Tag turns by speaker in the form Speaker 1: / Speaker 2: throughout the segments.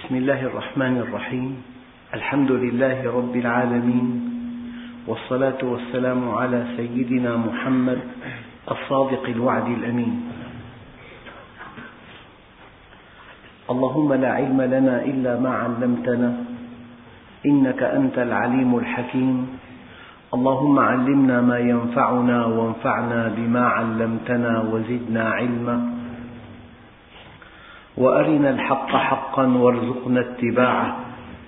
Speaker 1: بسم الله الرحمن الرحيم. الحمد لله رب العالمين، والصلاة والسلام على سيدنا محمد الصادق الوعد الأمين. اللهم لا علم لنا إلا ما علمتنا إنك أنت العليم الحكيم. اللهم علمنا ما ينفعنا وانفعنا بما علمتنا وزدنا علما، وأرنا الحق حقا وارزقنا اتباعه،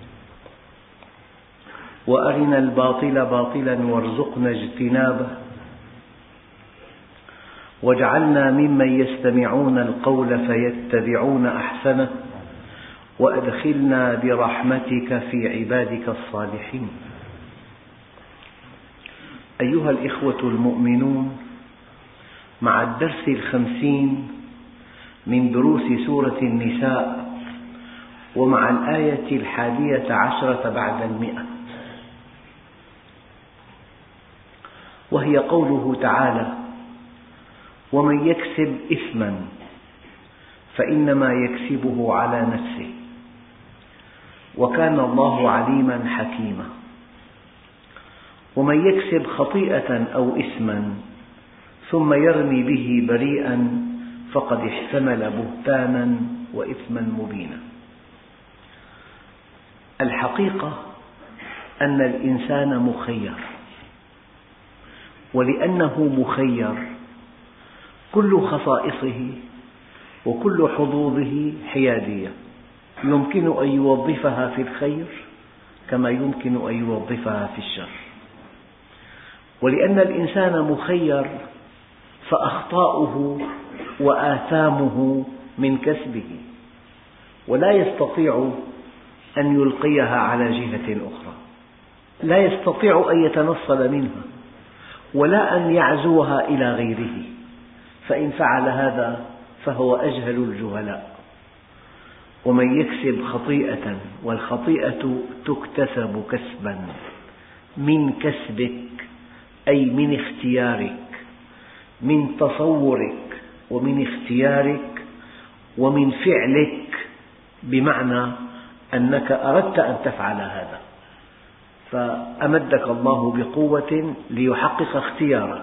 Speaker 1: وأرنا الباطل باطلا وارزقنا اجتنابه، واجعلنا ممن يستمعون القول فيتبعون أحسنه، وأدخلنا برحمتك في عبادك الصالحين. أيها الإخوة المؤمنون، مع الدرس 50 من دروس سورة النساء، ومع الآية 11 بعد 100، وهي قوله تعالى: ومن يكسب إثما فإنما يكسبه على نفسه، وكان الله عليما حكيما. ومن يكسب خطيئة أو إثما ثم يرمي به بريئا فقد احتمل بهتانا وإثما مبينا. الحقيقة أن الإنسان مخير، ولأنه مخير كل خصائصه وكل حظوظه حيادية، يمكن أن يوظفها في الخير كما يمكن أن يوظفها في الشر. ولأن الإنسان مخير فأخطاؤه وآثامه من كسبه، ولا يستطيع أن يلقيها على جهة أخرى، لا يستطيع أن يتنصل منها ولا أن يعزوها إلى غيره، فإن فعل هذا فهو أجهل الجهلاء. ومن يكسب خطيئة، والخطيئة تكتسب كسبا من كسبك، أي من اختيارك، من تصورك ومن اختيارك ومن فعلك، بمعنى أنك أردت أن تفعل هذا فأمدك الله بقوة ليحقق اختيارك.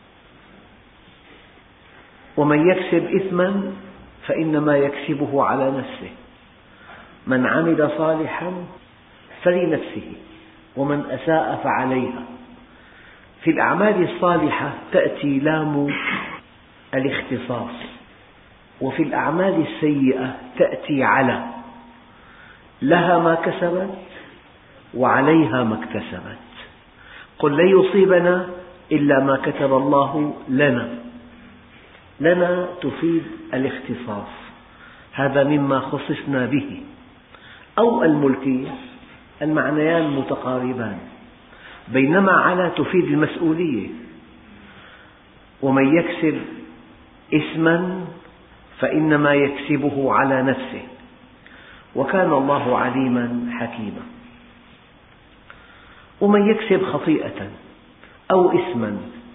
Speaker 1: ومن يكسب إثما فإنما يكسبه على نفسه. من عمل صالحا فلنفسه، ومن أساء فعليها. في الأعمال الصالحة تأتي لام الاختصاص، وفي الأعمال السيئة تأتي على، لها ما كسبت وعليها ما اكتسبت. قل لن يصيبنا إلا ما كتب الله لنا. لنا تفيد الاختصاص، هذا مما خصصنا به، أو الملكية، المعنيان متقاربان، بينما على تفيد المسؤولية. ومن يكسب إثما فإنما يكسبه على نفسه، وكان الله عليما حكيما. ومن يكسب خطيئة أو إثما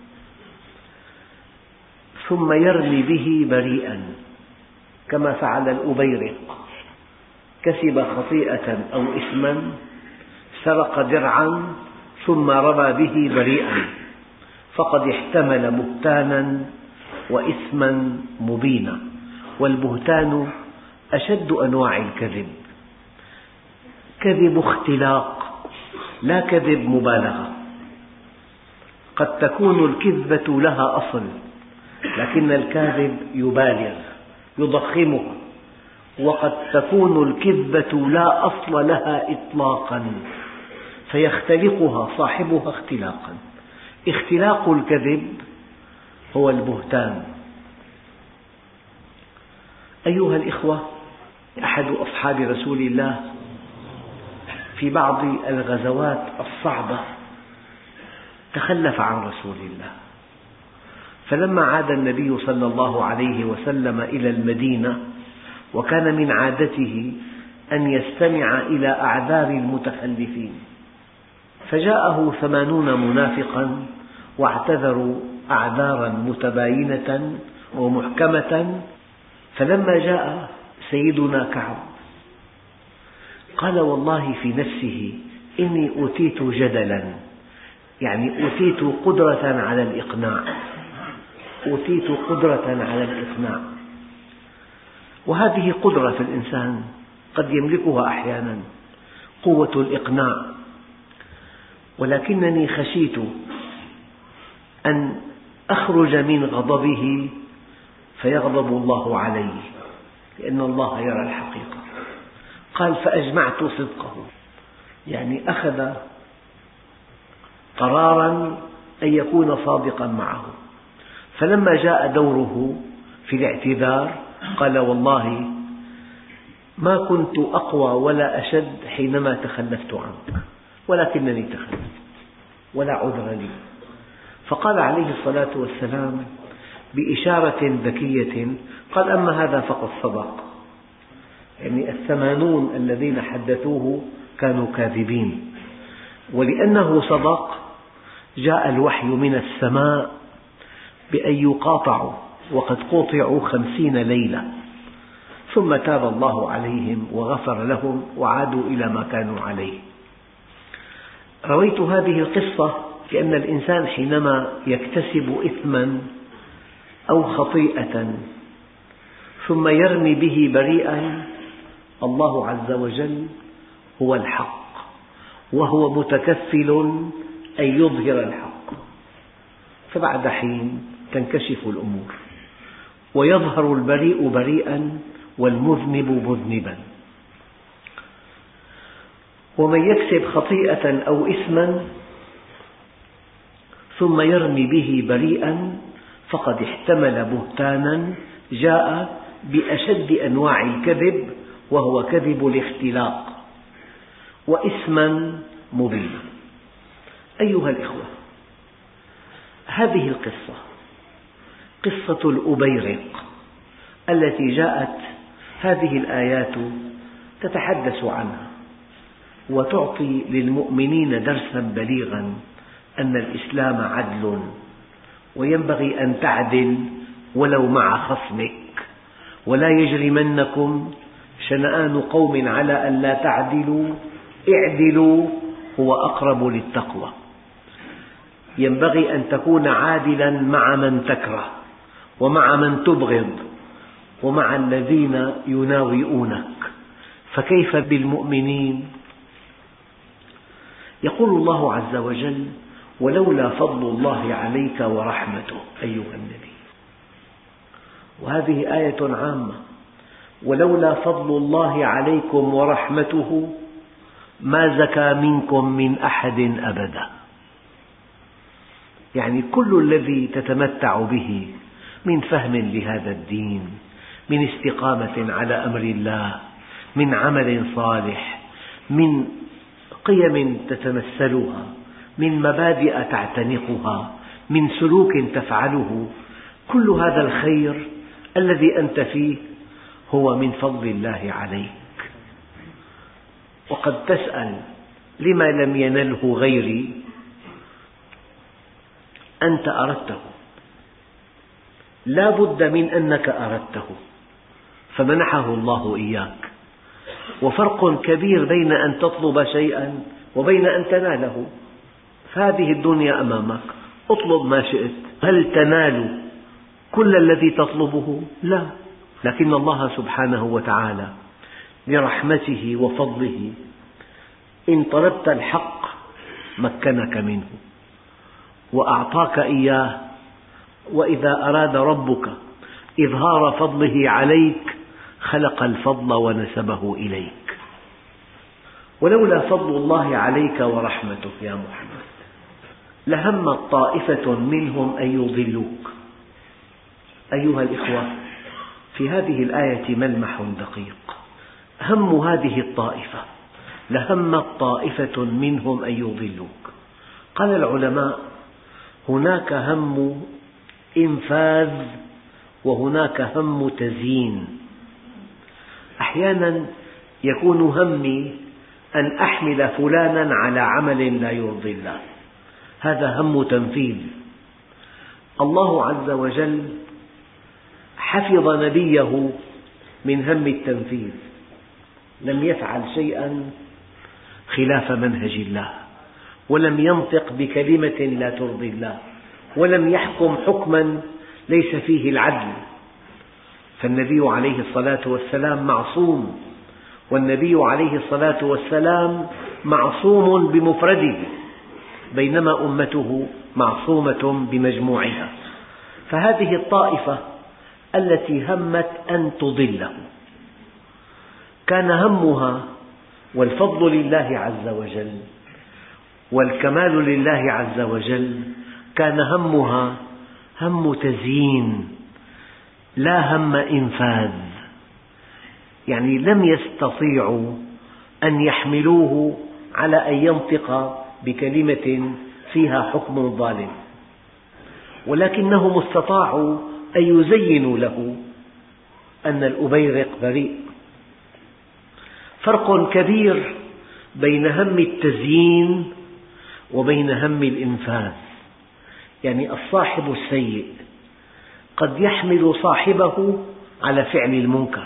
Speaker 1: ثم يرمي به بريئا، كما فعل الأبيرق، كسب خطيئة أو إثما، سرق درعا ثم رمى به بريئا، فقد احتمل بهتانا وإثما مبينا. والبهتان أشد أنواع الكذب، كذب اختلاق لا كذب مبالغة. قد تكون الكذبة لها أصل، لكن الكاذب يبالغ يضخمها، وقد تكون الكذبة لا أصل لها إطلاقا فيختلقها صاحبها اختلاقا. اختلاق الكذب هو البهتان. أيها الإخوة، أحد أصحاب رسول الله في بعض الغزوات الصعبة تخلف عن رسول الله، فلما عاد النبي صلى الله عليه وسلم إلى المدينة، وكان من عادته أن يستمع إلى أعذار المتخلفين، فجاءه 80 منافقا واعتذروا أعذارا متباينة ومحكمة. فلما جاء سيدنا كعب قال والله في نفسه إني أوتيت جدلا، يعني أوتيت قدرة على الإقناع، أوتيت قدرة على الإقناع. وهذه قدرة في الإنسان قد يملكها أحيانا، قوة الإقناع. ولكنني خشيت أن أخرج من غضبه فيغضب الله علي، لأن الله يرى الحقيقة. قال فأجمعت صدقه، يعني أخذ قراراً أن يكون صادقاً معه. فلما جاء دوره في الاعتذار قال والله ما كنت أقوى ولا أشد حينما تخلفت عنك، ولكنني تخلفت ولا عذر لي. فقال عليه الصلاة والسلام بإشارة ذكية، قال أما هذا فقد صدق، يعني 80 الذين حدثوه كانوا كاذبين، ولأنه صدق جاء الوحي من السماء بأن يقاطعوا، وقد قُطعوا 50 ليلة، ثم تاب الله عليهم وغفر لهم وعادوا إلى ما كانوا عليه. رويت هذه القصة لأن الإنسان حينما يكتسب إثما أو خطيئة ثم يرمي به بريئا، الله عز وجل هو الحق، وهو متكفل أن يظهر الحق، فبعد حين تنكشف الأمور ويظهر البريء بريئا والمذنب مذنبا. ومن يكسب خطيئة أو إثما ثم يرمي به بريئا فقد احتمل بهتانا جاء بأشد أنواع الكذب، وهو كذب الاختلاق، وإثما مبينا. أيها الإخوة، هذه القصة قصة الأبيرق التي جاءت هذه الآيات تتحدث عنها وتعطي للمؤمنين درسا بليغا أن الإسلام عدل، وينبغي أن تعدل ولو مع خصمك، ولا يجرمنكم شنآن قوم على ألا تعدلوا اعدلوا هو أقرب للتقوى. ينبغي أن تكون عادلا مع من تكره ومع من تبغض ومع الذين يناوئونك، فكيف بالمؤمنين؟ يقول الله عز وجل ولولا فضل الله عليك ورحمته أيها النبي، وهذه آية عامة، ولولا فضل الله عليكم ورحمته ما زكى منكم من أحد أبدا. يعني كل الذي تتمتع به من فهم لهذا الدين، من استقامة على أمر الله، من عمل صالح، من قيم تتمثلها، من مبادئ تعتنقها، من سلوك تفعله، كل هذا الخير الذي أنت فيه هو من فضل الله عليك. وقد تسأل لما لم ينله غيري؟ أنت أردته، لا بد من أنك أردته فمنحه الله إياك. وفرق كبير بين أن تطلب شيئا وبين أن تناله. فهذه الدنيا أمامك، اطلب ما شئت. هل تنال كل الذي تطلبه؟ لا، لكن الله سبحانه وتعالى برحمته وفضله إن طلبت الحق مكنك منه وأعطاك إياه. وإذا أراد ربك إظهار فضله عليك خلق الفضل ونسبه إليك. ولولا فضل الله عليك ورحمته يا محمد لهمت طائفة منهم أن يضلوك. أيها الإخوة، في هذه الآية ملمح دقيق. هم هذه الطائفة، لهمت طائفة منهم أن يضلوك. قال العلماء هناك هم إنفاذ وهناك هم تزيين. أحيانا يكون همي أن أحمل فلانا على عمل لا يرضي الله، هذا هم تنفيذ. الله عز وجل حفظ نبيه من هم التنفيذ، لم يفعل شيئا خلاف منهج الله، ولم ينطق بكلمة لا ترضي الله، ولم يحكم حكما ليس فيه العدل. فالنبي عليه الصلاة والسلام معصوم، والنبي عليه الصلاة والسلام معصوم بمفرده، بينما أمته معصومة بمجموعها. فهذه الطائفة التي همت أن تضله كان همها، والفضل لله عز وجل والكمال لله عز وجل، كان همها هم تزيين لا هم إنفاذ. يعني لم يستطيعوا أن يحملوه على أن ينطق بكلمة فيها حكم ظالم، ولكنهم استطاعوا أن يزينوا له أن الأبيرق بريء. فرق كبير بين هم التزيين وبين هم الإنفاذ. يعني الصاحب السيء قد يحمل صاحبه على فعل المنكر،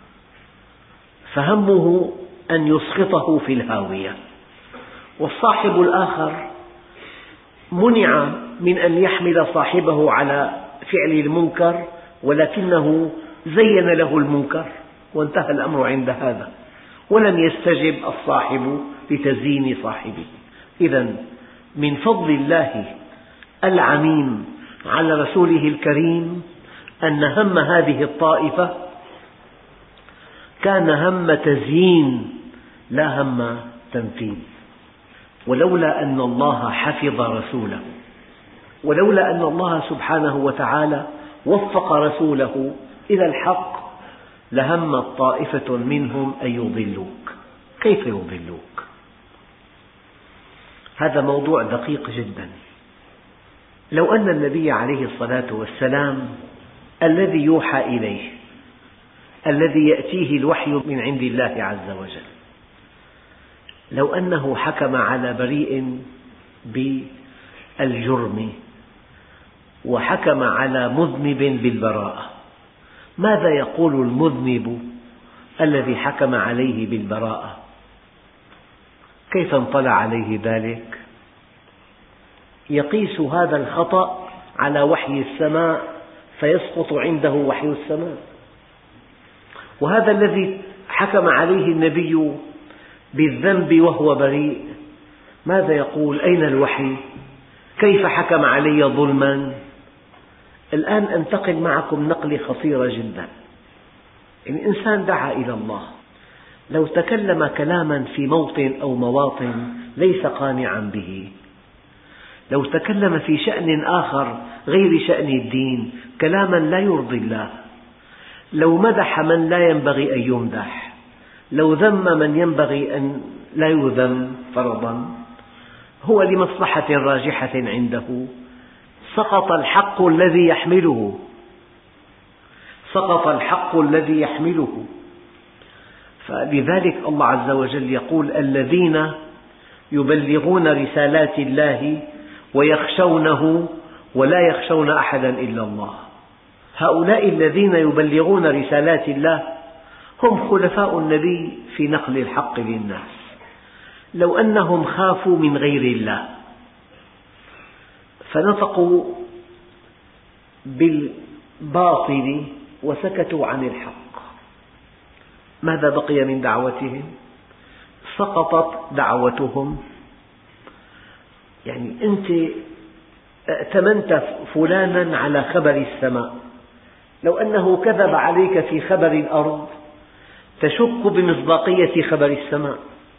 Speaker 1: فهمه أن يسقطه في الهاوية، والصاحب الآخر منع من أن يحمل صاحبه على فعل المنكر، ولكنه زين له المنكر وانتهى الأمر عند هذا، ولم يستجب الصاحب لتزيين صاحبه. إذن من فضل الله العميم على رسوله الكريم أن هم هذه الطائفة كان هم تزيين لا هم تنفيذ. ولولا أن الله حفظ رسوله، ولولا أن الله سبحانه وتعالى وفق رسوله إلى الحق، لهمت طائفة منهم أن يضلوك. كيف يضلوك؟ هذا موضوع دقيق جدا. لو أن النبي عليه الصلاة والسلام الذي يوحى إليه، الذي يأتيه الوحي من عند الله عز وجل، لو أنه حكم على بريء بالجرم وحكم على مذنب بالبراءة، ماذا يقول المذنب الذي حكم عليه بالبراءة؟ كيف انطلع عليه ذلك؟ يقيس هذا الخطأ على وحي السماء فيسقط عنده وحي السماء. وهذا الذي حكم عليه النبي بالذنب وهو بريء، ماذا يقول؟ أين الوحي؟ كيف حكم علي ظلما؟ الآن أنتقل معكم نقلة خطيرة جدا. الإنسان دعا إلى الله، لو تكلم كلاما في موطن أو مواطن ليس قانعا به، لو تكلم في شأن آخر غير شأن الدين كلاما لا يرضي الله، لو مدح من لا ينبغي أن يمدح، لو ذم من ينبغي أن لا يذم فرضا، هو لمصلحة راجحة عنده، سقط الحق الذي يحمله، سقط الحق الذي يحمله. فلذلك الله عز وجل يقول: الذين يبلغون رسالات الله ويخشونه ولا يخشون أحدا إلا الله. هؤلاء الذين يبلغون رسالات الله هم خلفاء النبي في نقل الحق للناس. لو أنهم خافوا من غير الله فنطقوا بالباطل وسكتوا عن الحق، ماذا بقي من دعوتهم؟ سقطت دعوتهم. يعني أنت ائتمنت فلانا على خبر السماء، لو أنه كذب عليك في خبر الأرض تشك بمصداقية خبر السماء.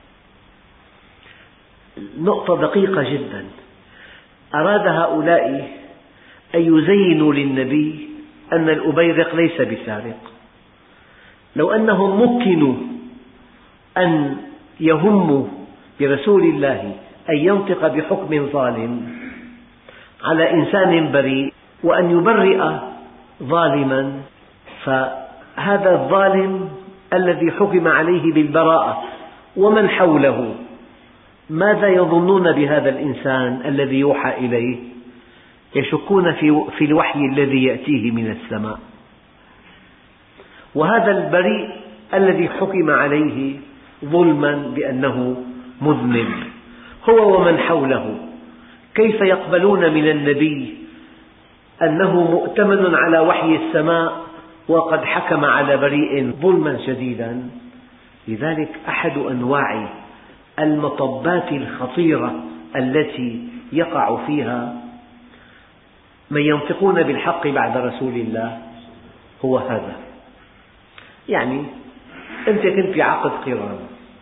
Speaker 1: نقطة دقيقة جدا. أراد هؤلاء أن يزينوا للنبي أن الأبيرق ليس بسارق. لو أنهم مكنوا أن يهموا برسول الله أن ينطق بحكم ظالم على إنسان بريء وأن يبرئ ظالما، فهذا الظالم الذي حكم عليه بالبراءة ومن حوله ماذا يظنون بهذا الإنسان الذي يوحى إليه؟ يشكون في الوحي الذي يأتيه من السماء. وهذا البريء الذي حكم عليه ظلما بأنه مذنب، هو ومن حوله. كيف يقبلون من النبي أنه مؤتمن على وحي السماء وقد حكم على بريء ظلما شديدا؟ لذلك أحد أنواع المطبات الخطيرة التي يقع فيها من ينطقون بالحق بعد رسول الله هو هذا. يعني أنت كنت في عقد قران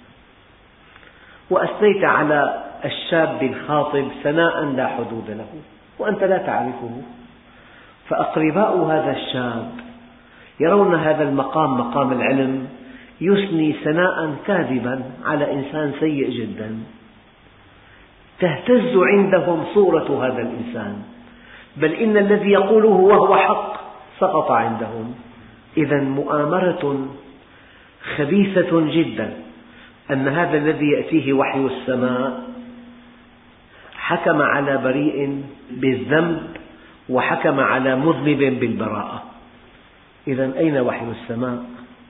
Speaker 1: وأثنيت على الشاب الخاطب ثناء لا حدود له وأنت لا تعرفه، فأقرباء هذا الشاب يرون هذا المقام، مقام العلم، يثني ثناء كاذبا على إنسان سيء جدا، تهتز عندهم صورة هذا الإنسان، بل إن الذي يقوله وهو حق سقط عندهم. إذا مؤامرة خبيثة جدا أن هذا الذي يأتيه وحي السماء حكم على بريء بالذنب وحكم على مذنب بالبراءة. إذا أين وحي السماء؟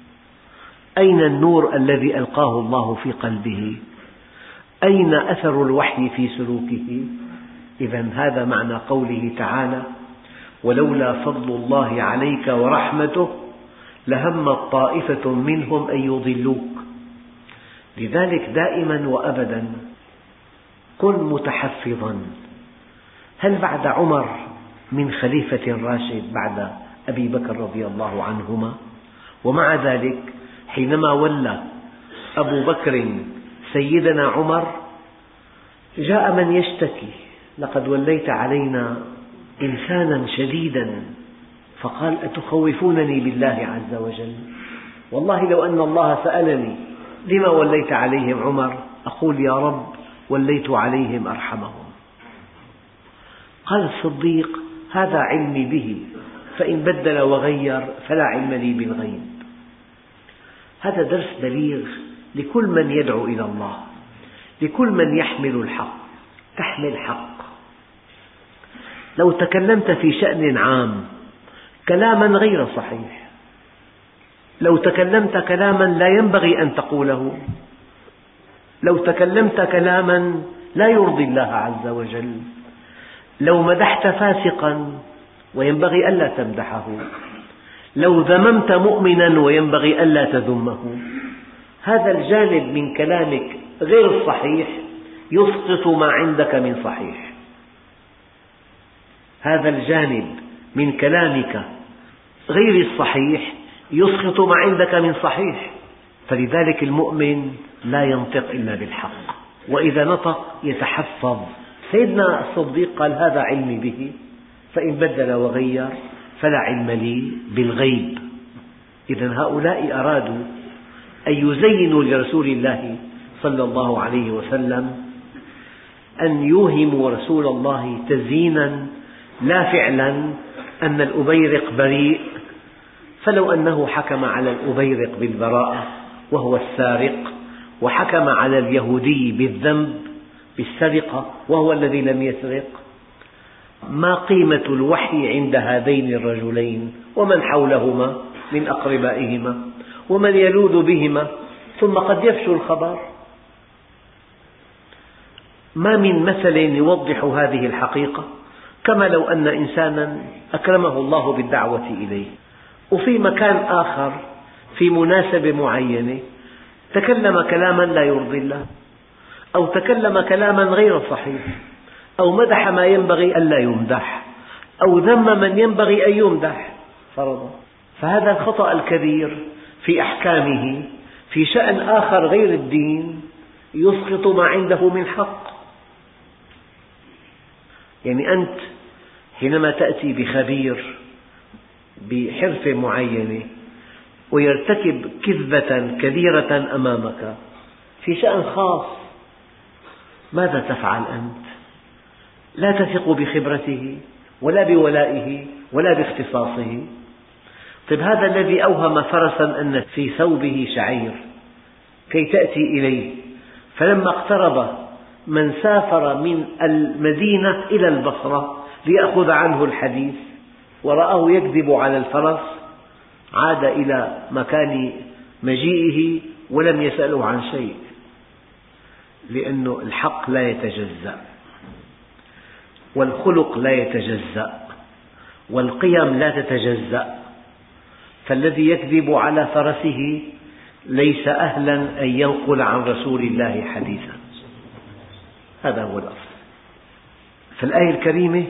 Speaker 1: أين النور الذي ألقاه الله في قلبه؟ أين أثر الوحي في سلوكه؟ إذا هذا معنى قوله تعالى: ولولا فضل الله عليك ورحمته لهمت طائفة منهم أن يضلوك. لذلك دائما وأبدا كن متحفظا. هل بعد عمر من خليفة راشد بعد أبي بكر رضي الله عنهما؟ ومع ذلك حينما ولى أبو بكر سيدنا عمر جاء من يشتكي: لقد وليت علينا إنسانا شديدا. فقال: أتخوفونني بالله عز وجل؟ والله لو أن الله سألني لما وليت عليهم عمر أقول: يا رب وليت عليهم أرحمهم. قال الصديق: هذا علمي به، فإن بدل وغير فلا علم لي بالغيب. هذا درس بليغ لكل من يدعو إلى الله، لكل من يحمل الحق. تحمل حق. لو تكلمت في شأن عام كلاما غير صحيح، لو تكلمت كلاما لا ينبغي أن تقوله، لو تكلمت كلاما لا يرضي الله عز وجل، لو مدحت فاسقا وينبغي ألا تمدحه، لو ذممت مؤمنا وينبغي ألا تذمه، هذا الجانب من كلامك غير الصحيح يسقط ما عندك من صحيح. هذا الجانب من كلامك غير الصحيح يسقط ما عندك من صحيح. فلذلك المؤمن لا ينطق إلا بالحق، وإذا نطق يتحفظ. سيدنا الصديق قال: هذا علمي به، فإن بدل وغير فلا علم لي بالغيب. إذا هؤلاء أرادوا أن يزينوا لرسول الله صلى الله عليه وسلم، أن يوهموا رسول الله تزيينا لا فعلا أن الأبيرق بريء. فلو أنه حكم على الأبيرق بالبراءة وهو السارق، وحكم على اليهودي بالذنب بالسرقة وهو الذي لم يسرق، ما قيمة الوحي عند هذين الرجلين ومن حولهما من أقربائهما ومن يلوذ بهما، ثم قد يفشو الخبر. ما من مثل يوضح هذه الحقيقة كما لو أن إنسانا أكرمه الله بالدعوة إليه، وفي مكان آخر في مناسبة معينة تكلم كلاما لا يرضي الله، أو تكلم كلاما غير صحيح، أو مدح ما ينبغي ألا يمدح، أو ذم من ينبغي أن يمدح فرضا. فهذا الخطأ الكبير في أحكامه في شأن آخر غير الدين يسقط ما عنده من حق. يعني أنت حينما تأتي بخبير بحرفة معينة ويرتكب كذبة كبيرة أمامك في شأن خاص، ماذا تفعل أنت؟ لا تثق بخبرته ولا بولائه ولا باختصاصه. طيب هذا الذي أوهم فرسا أن في ثوبه شعير كي تأتي إليه، فلما اقترب من سافر من المدينة إلى البصرة ليأخذ عنه الحديث ورآه يكذب على الفرس، عاد إلى مكان مجيئه ولم يسأله عن شيء، لأن الحق لا يتجزأ، والخلق لا يتجزأ، والقيم لا تتجزأ، فالذي يكذب على فرسه ليس أهلا أن ينقل عن رسول الله حديثا. هذا هو الأصل. فالآية الكريمة: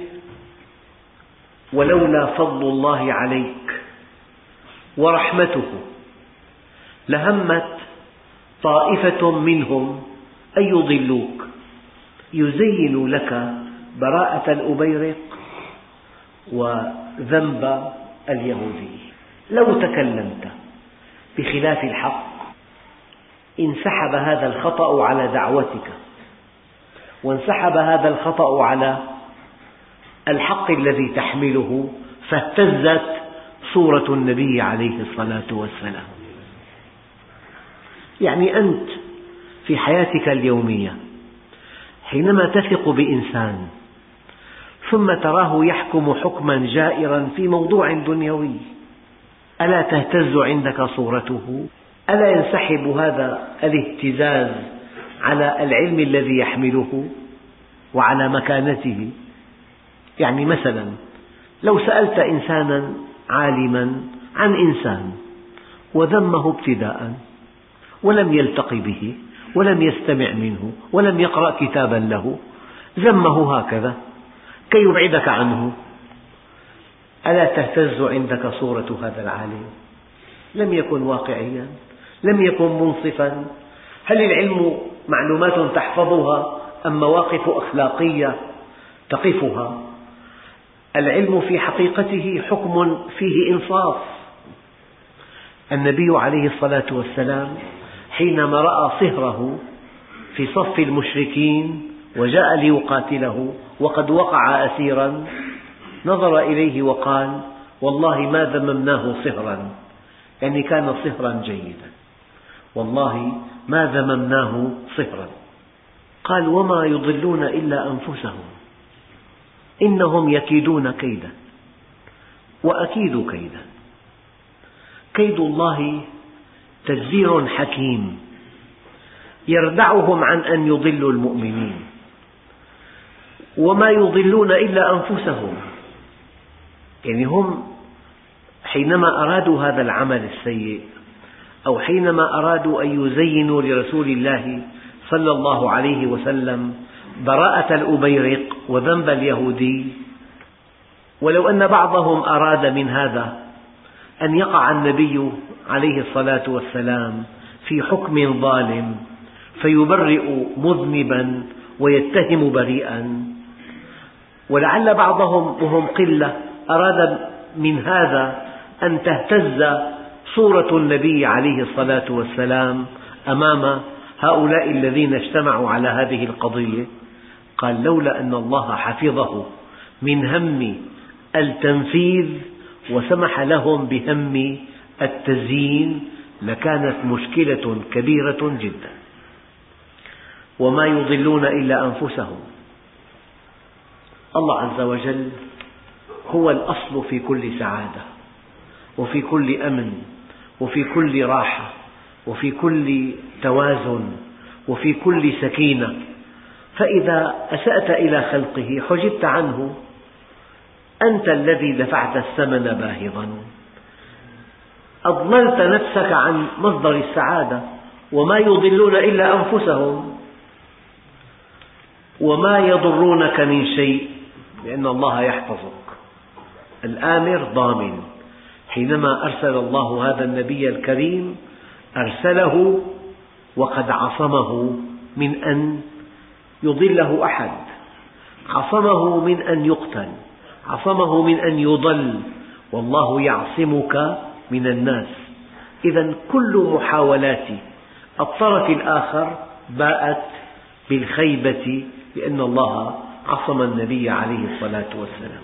Speaker 1: ولولا فضل الله عليك ورحمته لهمت طائفة منهم أن يضلوك، يزين لك براءة الأبيرق وذنب اليهودي. لو تكلمت بخلاف الحق انسحب هذا الخطأ على دعوتك، وانسحب هذا الخطأ على الحق الذي تحمله، فاهتزت صورة النبي عليه الصلاة والسلام. يعني أنت في حياتك اليومية حينما تثق بإنسان ثم تراه يحكم حكما جائرا في موضوع دنيوي، ألا تهتز عندك صورته؟ ألا ينسحب هذا الاهتزاز على العلم الذي يحمله وعلى مكانته؟ يعني مثلا لو سألت إنسانا عالما عن إنسان وذمه ابتداء ولم يلتقي به ولم يستمع منه ولم يقرأ كتابا له، ذمه هكذا كي يبعدك عنه، ألا تهتز عندك صورة هذا العالم؟ لم يكن واقعيا، لم يكن منصفا. هل العلم معلومات تحفظها أم مواقف أخلاقية تقفها؟ العلم في حقيقته حكم فيه إنصاف. النبي عليه الصلاة والسلام حينما رأى صهره في صف المشركين وجاء ليقاتله وقد وقع أسيرا، نظر إليه وقال: والله ما ذممناه صهرا، يعني كان صهرا جيدا، والله ما ذممناه صهرا. قال: وما يضلون إلا أنفسهم إنهم يكيدون كيدا وأكيد كيدا. كيد الله تدبير حكيم يردعهم عن أن يضلوا المؤمنين، وما يضلون إلا أنفسهم. يعني هم حينما أرادوا هذا العمل السيء، أو حينما أرادوا أن يزينوا لرسول الله صلى الله عليه وسلم براءة الأبيرق وذنب اليهودي، ولو أن بعضهم أراد من هذا أن يقع النبي عليه الصلاة والسلام في حكم ظالم فيبرئ مذنبا ويتهم بريئا، ولعل بعضهم وهم قلة أراد من هذا أن تهتز صورة النبي عليه الصلاة والسلام أمام هؤلاء الذين اجتمعوا على هذه القضية. قال: لولا أن الله حفظه من هم التنفيذ وسمح لهم بهم التزيين لكانت مشكلة كبيرة جدا. وما يضلون إلا أنفسهم. الله عز وجل هو الأصل في كل سعادة، وفي كل أمن، وفي كل راحة، وفي كل توازن، وفي كل سكينة. فإذا أسأت إلى خلقه حجبت عنه، أنت الذي دفعت الثمن باهظا، أضللت نفسك عن مصدر السعادة. وما يضلون إلا أنفسهم وما يضرونك من شيء، لأن الله يحفظك. الآمر ضامن. حينما أرسل الله هذا النبي الكريم أرسله وقد عصمه من أن يضله أحد، عصمه من أن يقتل، عصمه من أن يضل، والله يعصمك من الناس. إذا كل محاولات الطرف الآخر باءت بالخيبة، لأن الله عصم النبي عليه الصلاة والسلام.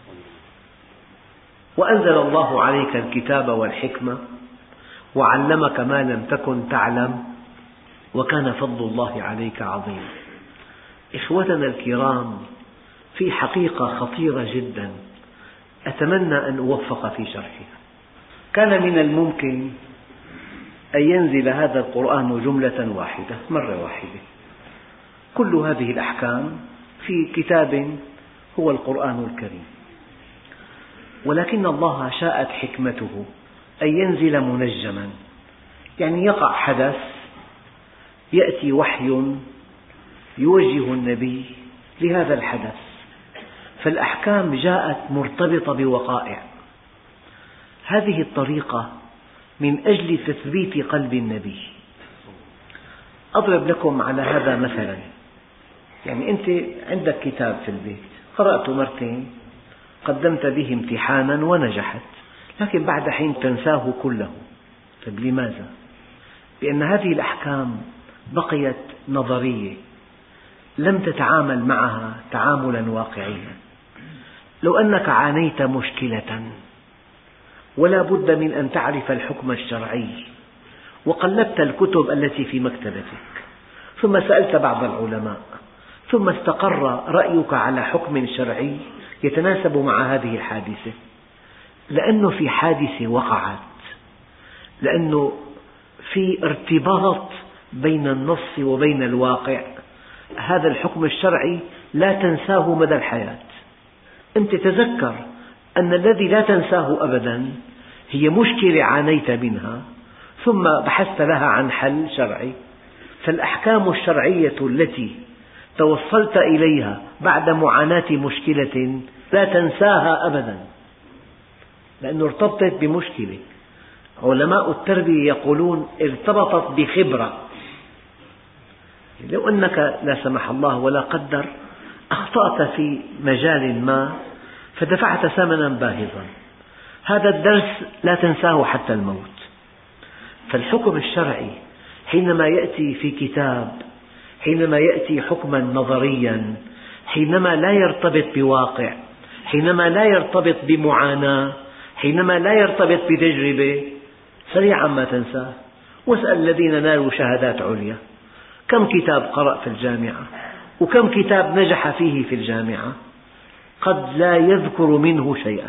Speaker 1: وأنزل الله عليك الكتاب والحكمة وعلمك ما لم تكن تعلم وكان فضل الله عليك عظيما. إخوتنا الكرام، في حقيقة خطيرة جدا أتمنى أن أوفق في شرحها. كان من الممكن أن ينزل هذا القرآن جملة واحدة مرة واحدة. كل هذه الأحكام في كتاب هو القرآن الكريم، ولكن الله شاءت حكمته أن ينزل منجما، يعني يقع حدث يأتي وحي يوجه النبي لهذا الحدث، فالأحكام جاءت مرتبطة بوقائع. هذه الطريقة من أجل تثبيت قلب النبي. أضرب لكم على هذا مثلا، يعني أنت عندك كتاب في البيت قرأته مرتين، قدمت به امتحانا ونجحت، لكن بعد حين تنساه كله. طيب لماذا؟ لأن هذه الأحكام بقيت نظرية، لم تتعامل معها تعاملا واقعيا. لو أنك عانيت مشكلة ولا بد من أن تعرف الحكم الشرعي، وقلبت الكتب التي في مكتبتك، ثم سألت بعض العلماء، ثم استقر رأيك على حكم شرعي يتناسب مع هذه الحادثة، لأنه في حادثة وقعت، لأنه في ارتباط بين النص وبين الواقع، هذا الحكم الشرعي لا تنساه مدى الحياة. أنت تذكر أن الذي لا تنساه أبدا هي مشكلة عانيت منها، ثم بحثت لها عن حل شرعي. فالأحكام الشرعية التي توصلت إليها بعد معاناة مشكلة لا تنساها أبدا، لأنه ارتبطت بمشكلة. علماء التربية يقولون ارتبطت بخبرة. لو أنك لا سمح الله ولا قدر أخطأت في مجال ما فدفعت ثمنا باهظا، هذا الدرس لا تنساه حتى الموت. فالحكم الشرعي حينما يأتي في كتاب، حينما يأتي حكما نظريا، حينما لا يرتبط بواقع، حينما لا يرتبط بمعاناة، حينما لا يرتبط بتجربة، سريعا ما تنساه. واسأل الذين نالوا شهادات عليا، كم كتاب قرأ في الجامعة، وكم كتاب نجح فيه في الجامعة، قد لا يذكر منه شيئا.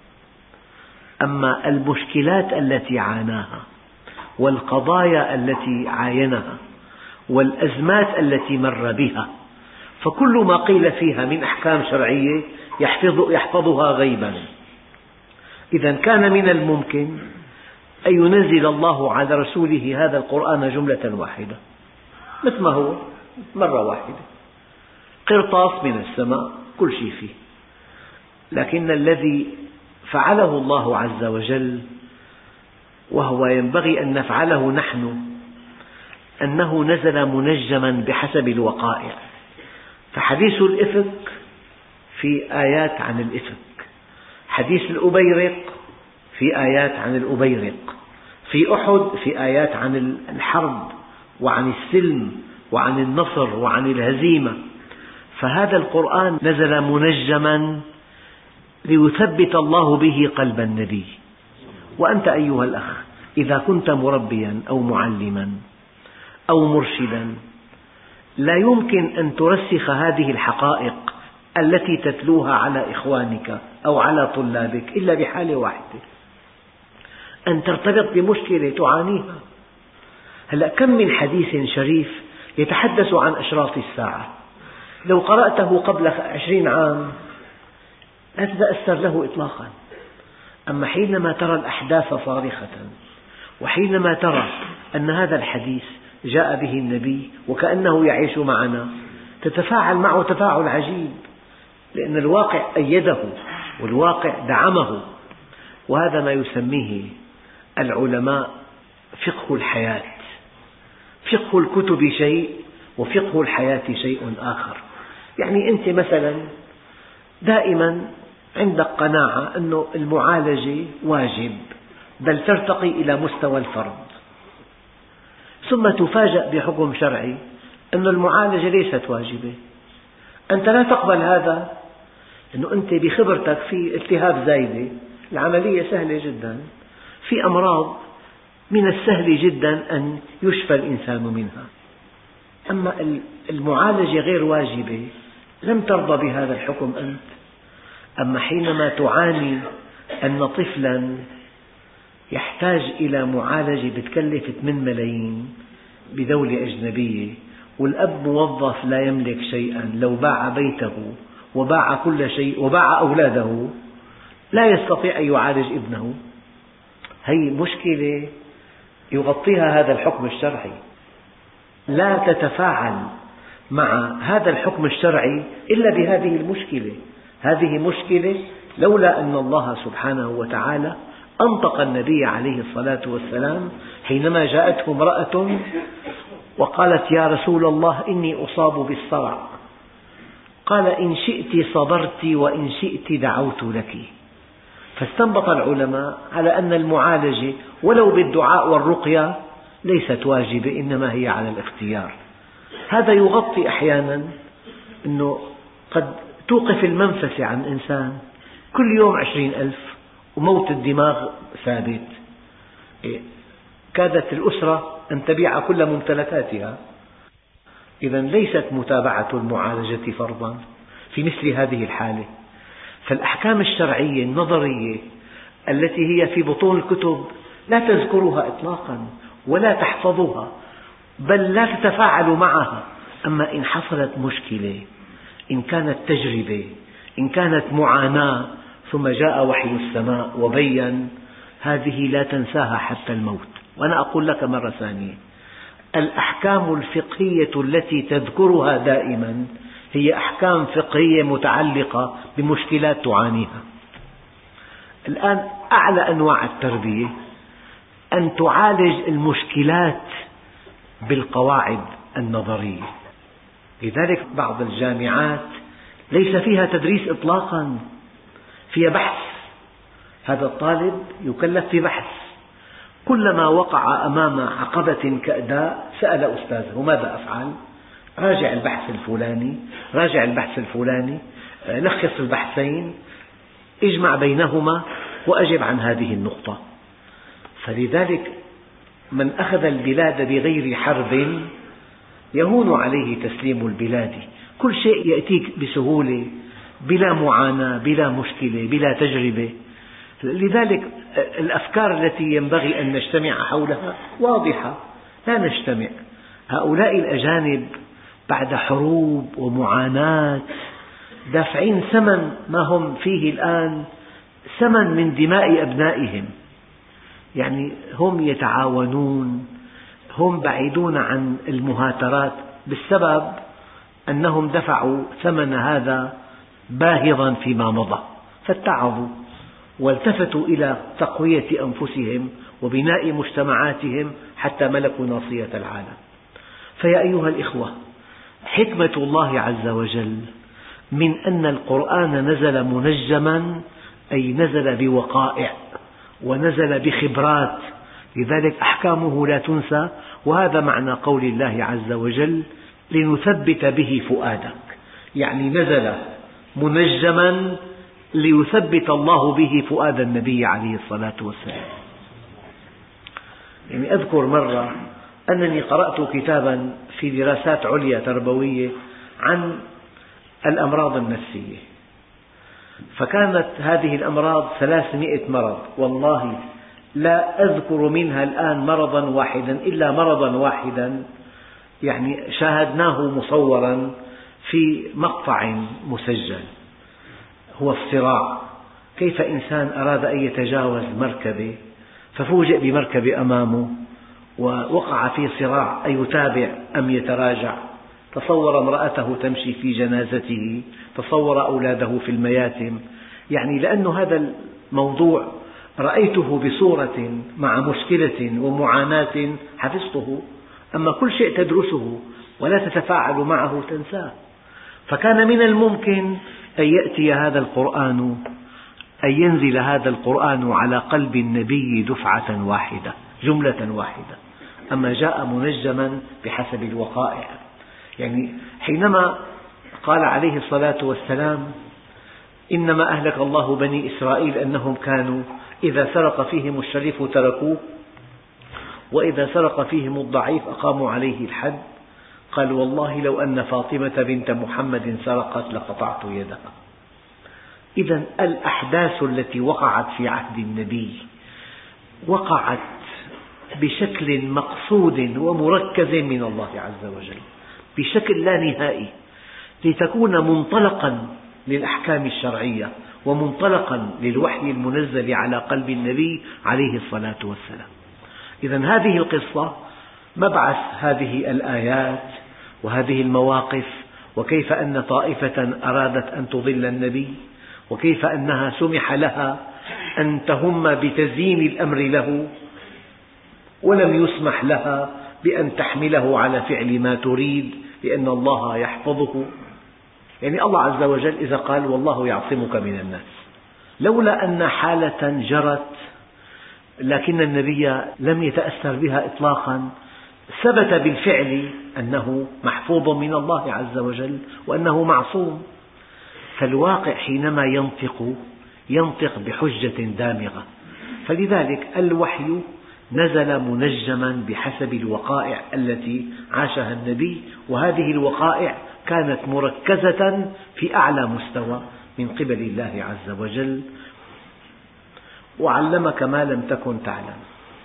Speaker 1: أما المشكلات التي عاناها، والقضايا التي عاينها، والأزمات التي مر بها، فكل ما قيل فيها من أحكام شرعية يحفظها غيبا. إذا كان من الممكن أن ينزل الله على رسوله هذا القرآن جملة واحدة مثل ما هو، مرة واحدة، قرطاس من السماء كل شيء فيه. لكن الذي فعله الله عز وجل، وهو ينبغي أن نفعله نحن، أنه نزل منجما بحسب الوقائع. فحديث الإفك في آيات عن الإفك، حديث الأبيرق في آيات عن الأبيرق، في أحد في آيات عن الحرب وعن السلم وعن النصر وعن الهزيمة. فهذا القرآن نزل منجما ليثبت الله به قلب النبي. وأنت أيها الأخ إذا كنت مربيا أو معلما أو مرشدا، لا يمكن أن ترسخ هذه الحقائق التي تتلوها على إخوانك أو على طلابك إلا بحالة واحدة، أن ترتبط بمشكلة تعانيها. هلأ كم من حديث شريف يتحدث عن أشراط الساعة، لو قرأته قبل 20 عام لا تتأثر له إطلاقا. أما حينما ترى الأحداث صارخة، وحينما ترى أن هذا الحديث جاء به النبي وكأنه يعيش معنا، تتفاعل معه تفاعل عجيب، لأن الواقع أيده والواقع دعمه. وهذا ما يسميه العلماء فقه الحياة. فقه الكتب شيء، وفقه الحياة شيء آخر. يعني أنت مثلا دائما عندك قناعة أن المعالجة واجب، بل ترتقي إلى مستوى الفرض، ثم تفاجأ بحكم شرعي أن المعالجة ليست واجبة. أنت لا تقبل هذا، أنه أنت بخبرتك في التهاب زايدة، العملية سهلة جدا، في أمراض من السهل جدا أن يشفى الإنسان منها. أما المعالجة غير واجبة، لم ترضى بهذا الحكم أنت. أما حينما تعاني أن طفلا يحتاج إلى معالجة بتكلف 8 ملايين بدولة أجنبية، والأب موظف لا يملك شيئا، لو باع بيته وباع كل شيء وباع أولاده لا يستطيع أن يعالج ابنه. هذه مشكلة يغطيها هذا الحكم الشرعي، لا تتفاعل مع هذا الحكم الشرعي إلا بهذه المشكلة. هذه مشكلة لولا أن الله سبحانه وتعالى أنطق النبي عليه الصلاة والسلام حينما جاءته امرأة وقالت: يا رسول الله إني أصاب بالصرع، قال: إن شئت صبرت وإن شئت دعوت لك. فاستنبط العلماء على أن المعالجة ولو بالدعاء والرقية ليست واجبة، إنما هي على الاختيار. هذا يغطي أحيانا أنه قد توقف المنفسة عن إنسان كل يوم 20,000 وموت الدماغ ثابت، كادت الأسرة أن تبيع كل ممتلكاتها. إذا ليست متابعة المعالجة فرضا في مثل هذه الحالة. فالأحكام الشرعية النظرية التي هي في بطون الكتب لا تذكرها إطلاقا ولا تحفظها، بل لا تتفاعل معها. أما إن حصلت مشكلة، إن كانت تجربة، إن كانت معاناة، ثم جاء وحي السماء وبين، هذه لا تنساها حتى الموت. وأنا أقول لك مرة ثانية، الأحكام الفقهية التي تذكرها دائما هي أحكام فقهية متعلقة بمشكلات تعانيها. الآن أعلى أنواع التربية أن تعالج المشكلات بالقواعد النظرية. لذلك بعض الجامعات ليس فيها تدريس إطلاقا، فيها بحث. هذا الطالب يكلف ببحث، كلما وقع أمام عقبة كأداء سأل أستاذه: ماذا أفعل؟ راجع البحث الفلاني، راجع البحث الفلاني، لخص البحثين، اجمع بينهما وأجب عن هذه النقطة. فلذلك من أخذ البلاد بغير حرب يهون عليه تسليم البلاد. كل شيء يأتيك بسهولة بلا معاناة بلا مشكلة بلا تجربة. لذلك الأفكار التي ينبغي أن نجتمع حولها واضحة، لا نجتمع. هؤلاء الأجانب بعد حروب ومعاناة دافعين ثمن ما هم فيه الآن، ثمن من دماء أبنائهم. يعني هم يتعاونون، هم بعيدون عن المهاترات بسبب أنهم دفعوا ثمن هذا باهظا فيما مضى، فاتعظوا والتفتوا إلى تقوية أنفسهم وبناء مجتمعاتهم حتى ملكوا ناصية العالم. فيا أيها الإخوة، حكمة الله عز وجل من أن القرآن نزل منجما، أي نزل بوقائع ونزل بخبرات، لذلك أحكامه لا تنسى. وهذا معنى قول الله عز وجل: لنثبت به فؤادك، يعني نزل منجما ليثبت الله به فؤاد النبي عليه الصلاة والسلام. يعني أذكر مرة أنني قرأت كتابا في دراسات عليا تربوية عن الأمراض النفسية، فكانت هذه الأمراض 300 مرض، والله لا أذكر منها الآن مرضا واحدا إلا مرضا واحدا يعني شاهدناه مصورا في مقطع مسجل، هو الصراع. كيف إنسان أراد أن يتجاوز مركبة ففوجئ بمركبة أمامه ووقع في صراع أيتابع أم يتراجع. تصور امرأته تمشي في جنازته، تصور أولاده في المياتم. يعني لأن هذا الموضوع رأيته بصورة مع مشكلة ومعاناة حفظته، أما كل شيء تدرسه ولا تتفاعل معه تنساه. فكان من الممكن أن يأتي هذا القرآن، أن ينزل هذا القرآن على قلب النبي دفعة واحدة، جملة واحدة، أما جاء منجما بحسب الوقائع. يعني حينما قال عليه الصلاة والسلام: إنما أهلك الله بني إسرائيل أنهم كانوا إذا سرق فيهم الشريف تركوه، وإذا سرق فيهم الضعيف أقاموا عليه الحد، قال: والله لو أن فاطمة بنت محمد سرقت لقطعت يدها. إذا الأحداث التي وقعت في عهد النبي وقعت بشكل مقصود ومركز من الله عز وجل بشكل لا نهائي، لتكون منطلقا للأحكام الشرعية ومنطلقا للوحي المنزل على قلب النبي عليه الصلاة والسلام. إذن هذه القصة مبعث هذه الآيات وهذه المواقف، وكيف أن طائفة أرادت أن تضل النبي، وكيف أنها سمح لها أن تهم بتزيين الأمر له، ولم يسمح لها بأن تحمله على فعل ما تريد، لأن الله يحفظه. يعني الله عز وجل إذا قال والله يعصمك من الناس، لولا أن حالة جرت لكن النبي لم يتأثر بها إطلاقا، ثبت بالفعل أنه محفوظ من الله عز وجل وأنه معصوم. فالواقع حينما ينطق بحجة دامغة، فلذلك الوحي نزل منجما بحسب الوقائع التي عاشها النبي، وهذه الوقائع كانت مركزة في أعلى مستوى من قبل الله عز وجل. وعلمك ما لم تكن تعلم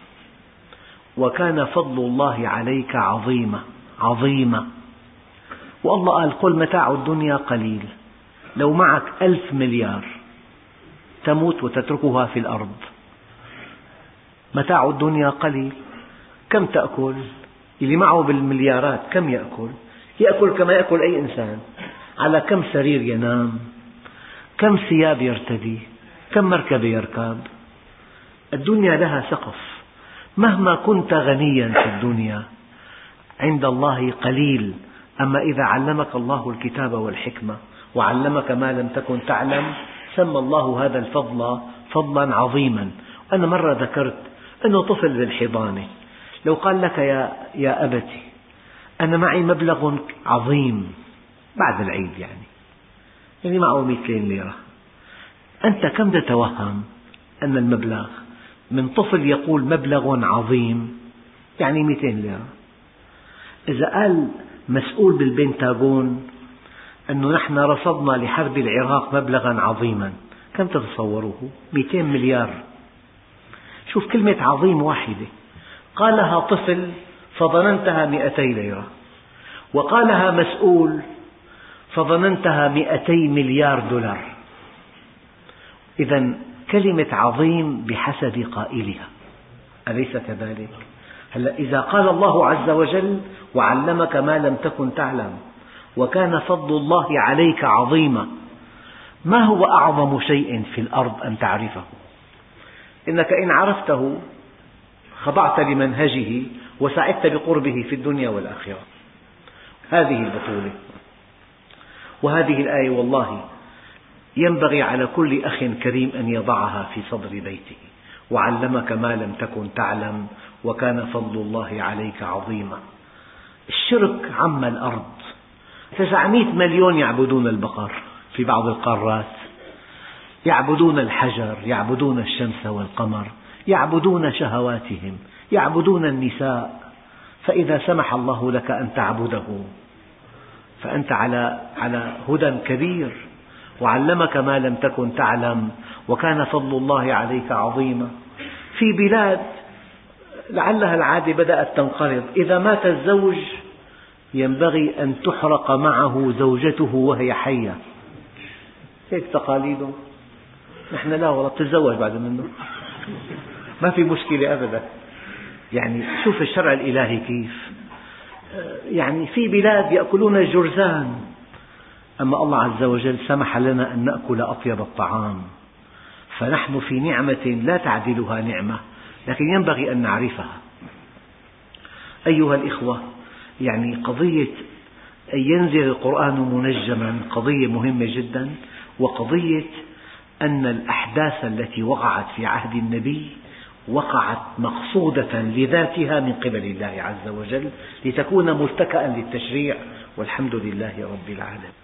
Speaker 1: وكان فضل الله عليك عظيما. والله قال قل متاع الدنيا قليل، لو معك 1000 مليار تموت وتتركها في الأرض، متاع الدنيا قليل. كم تأكل؟ اللي معه بالمليارات كم يأكل كما يأكل أي إنسان. على كم سرير ينام، كم ثياب يرتدي، كم مركبة يركب. الدنيا لها سقف، مهما كنت غنيا في الدنيا عند الله قليل. أما إذا علمك الله الكتاب والحكمة وعلمك ما لم تكن تعلم، سمى الله هذا الفضل فضلا عظيما. أنا مرة ذكرت أنه طفل بالحضانة لو قال لك يا أبتي أنا معي مبلغ عظيم بعد العيد، يعني معه 200 ليرة، أنت كم تتوهم أن المبلغ؟ من طفل يقول مبلغ عظيم يعني 200 ليرة. إذا قال مسؤول بالبنتاغون أنه نحن رصدنا لحرب العراق مبلغا عظيما، كم تتصوروه؟ 200 مليار. شوف كلمة عظيم واحدة قالها طفل فظننتها 200 ليرة، وقالها مسؤول فظننتها 200 مليار دولار. إذن كلمة عظيم بحسب قائلها، أليس كذلك؟ هلأ إذا قال الله عز وجل وعلمك ما لم تكن تعلم وكان فضل الله عليك عظيما، ما هو أعظم شيء في الأرض أن تعرفه؟ إنك إن عرفته خضعت لمنهجه وسعدت بقربه في الدنيا والآخرة. هذه البطولة وهذه الآية والله ينبغي على كل أخ كريم أن يضعها في صدر بيته. وعلمك ما لم تكن تعلم وكان فضل الله عليك عظيما. الشرك عم الأرض، 900 مليون يعبدون البقر في بعض القارات، يعبدون الحجر، يعبدون الشمس والقمر، يعبدون شهواتهم، يعبدون النساء. فإذا سمح الله لك أن تعبده فأنت على هدى كبير. وعلمك ما لم تكن تعلم وكان فضل الله عليك عظيما. في بلاد لعلها العادة بدأت تنقرض، إذا مات الزوج ينبغي أن تحرق معه زوجته وهي حية، هيك تقاليده. نحن لا والله بتتزوج بعد منه ما في مشكلة أبدا. يعني شوف الشرع الإلهي كيف، يعني في بلاد يأكلون الجرذان، أما الله عز وجل سمح لنا أن نأكل أطيب الطعام. فنحن في نعمة لا تعدلها نعمة، لكن ينبغي أن نعرفها. أيها الإخوة، يعني قضية أن ينزل القرآن منجما قضية مهمة جدا، وقضية أن الأحداث التي وقعت في عهد النبي وقعت مقصودة لذاتها من قبل الله عز وجل لتكون متكئا للتشريع، والحمد لله رب العالمين.